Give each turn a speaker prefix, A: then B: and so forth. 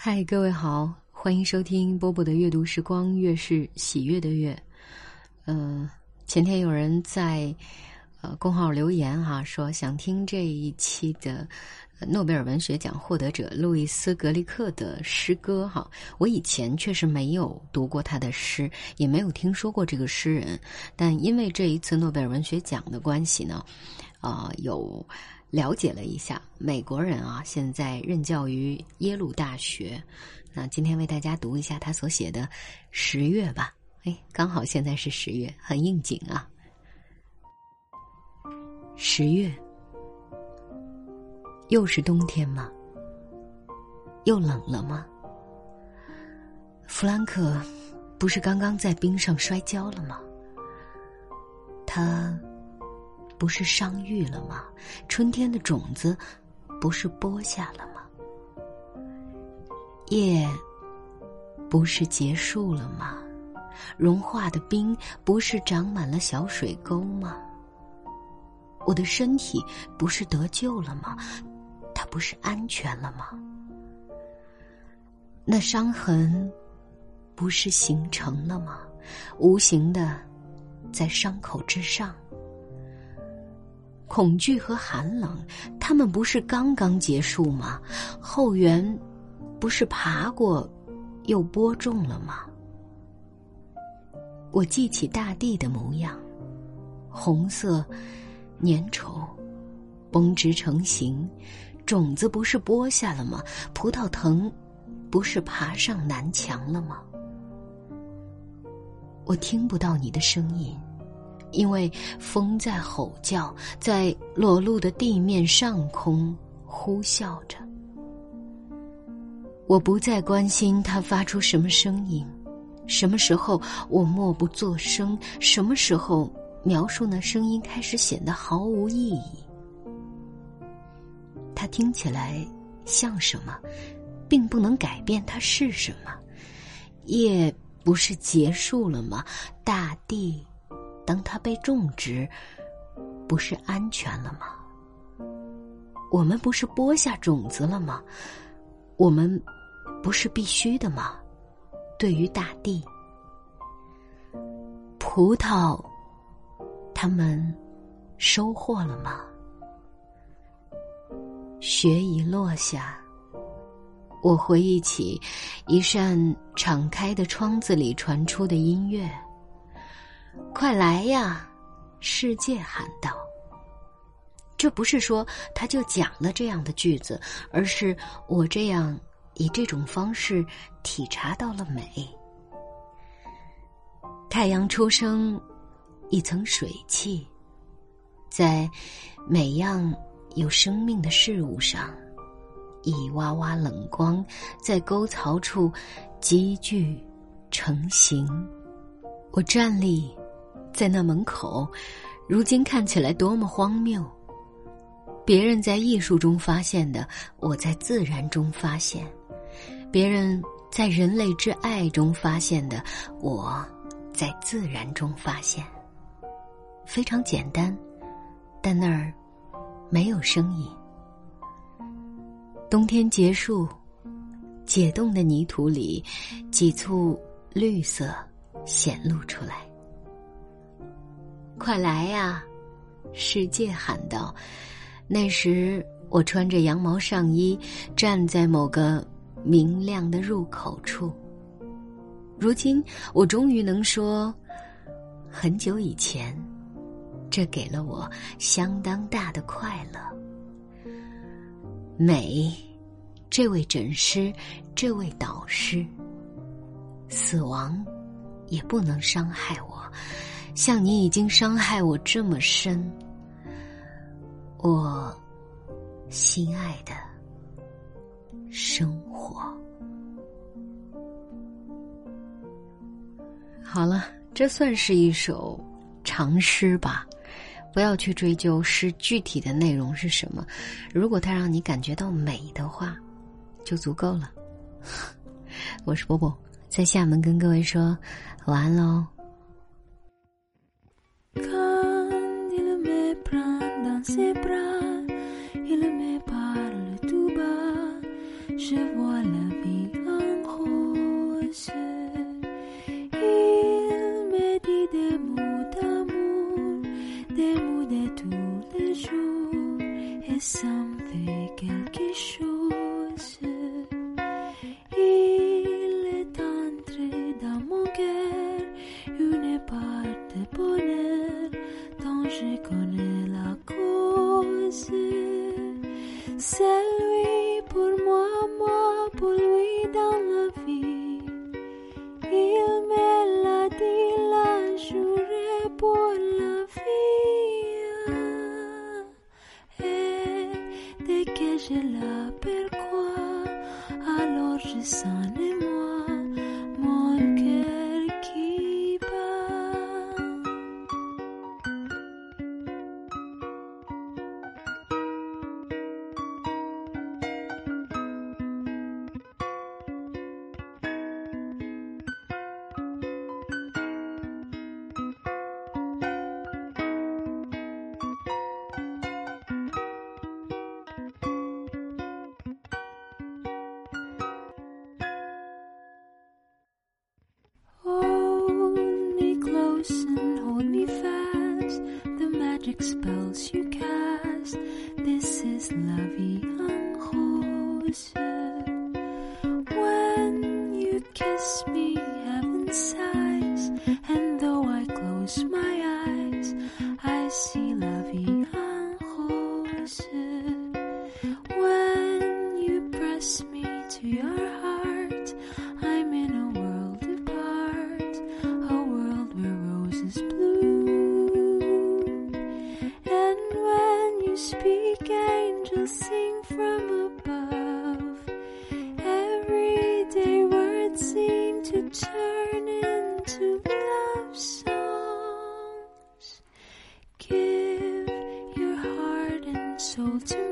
A: 嗨，各位好，欢迎收听波波的阅读时光，月是喜悦的月。前天有人在公号留言说想听这一期的诺贝尔文学奖获得者路易斯·格里克的诗歌我以前确实没有读过他的诗，也没有听说过这个诗人，但因为这一次诺贝尔文学奖的关系呢，有了解了一下。美国人现在任教于耶鲁大学。那今天为大家读一下他所写的10月吧。刚好现在是10月，很应景啊。10月，又是冬天吗？又冷了吗？弗兰克不是刚刚在冰上摔跤了吗？他不是伤愈了吗？春天的种子不是播下了吗？夜不是结束了吗？融化的冰不是长满了小水沟吗？我的身体不是得救了吗？它不是安全了吗？那伤痕不是形成了吗？无形的在伤口之上。恐惧和寒冷，它们不是刚刚结束吗？后缘不是爬过又播种了吗？我记起大地的模样，红色粘稠绷直成形，种子不是播下了吗？葡萄藤不是爬上南墙了吗？我听不到你的声音，因为风在吼叫，在裸露的地面上空呼啸着。我不再关心它发出什么声音，什么时候我默不作声，什么时候描述那声音开始显得毫无意义。它听起来像什么，并不能改变它是什么。夜不是结束了吗？大地当它被种植，不是安全了吗？我们不是播下种子了吗？我们不是必须的吗？对于大地，葡萄他们收获了吗？雪已落下，我回忆起一扇敞开的窗子里传出的音乐。快来呀，世界喊道。这不是说他就讲了这样的句子，而是我这样以这种方式体察到了美。太阳出生一层水汽，在每样有生命的事物上，一洼洼冷光在沟槽处积聚成形。我站立在那门口，如今看起来多么荒谬。别人在艺术中发现的，我在自然中发现；别人在人类之爱中发现的，我在自然中发现。非常简单，但那儿没有声音。冬天结束，解冻的泥土里几簇绿色显露出来。快来呀，世界喊道。那时我穿着羊毛上衣，站在某个明亮的入口处。如今我终于能说，很久以前，这给了我相当大的快乐。美，这位诊师，这位导师，死亡也不能伤害我，像你已经伤害我这么深。我心爱的生活。好了，这算是一首长诗吧，不要去追究诗具体的内容是什么，如果它让你感觉到美的话，就足够了。我是波波，在厦门跟各位说晚安喽。
B: Ses bras, il me parle tout bas, je vois la vie descends et moi, mon cœur qui bat. And hold me fast, the magic spells you cast. This is la vie en rose. When you kiss me, heaven sighs, and though I close my eyes, I see la vie en rose. When you press me to your heart, I'm in a world apart, a world where roses bloom. And when you speak, angels sing from above. Everyday words seem to turn into love songs. Give your heart and soul to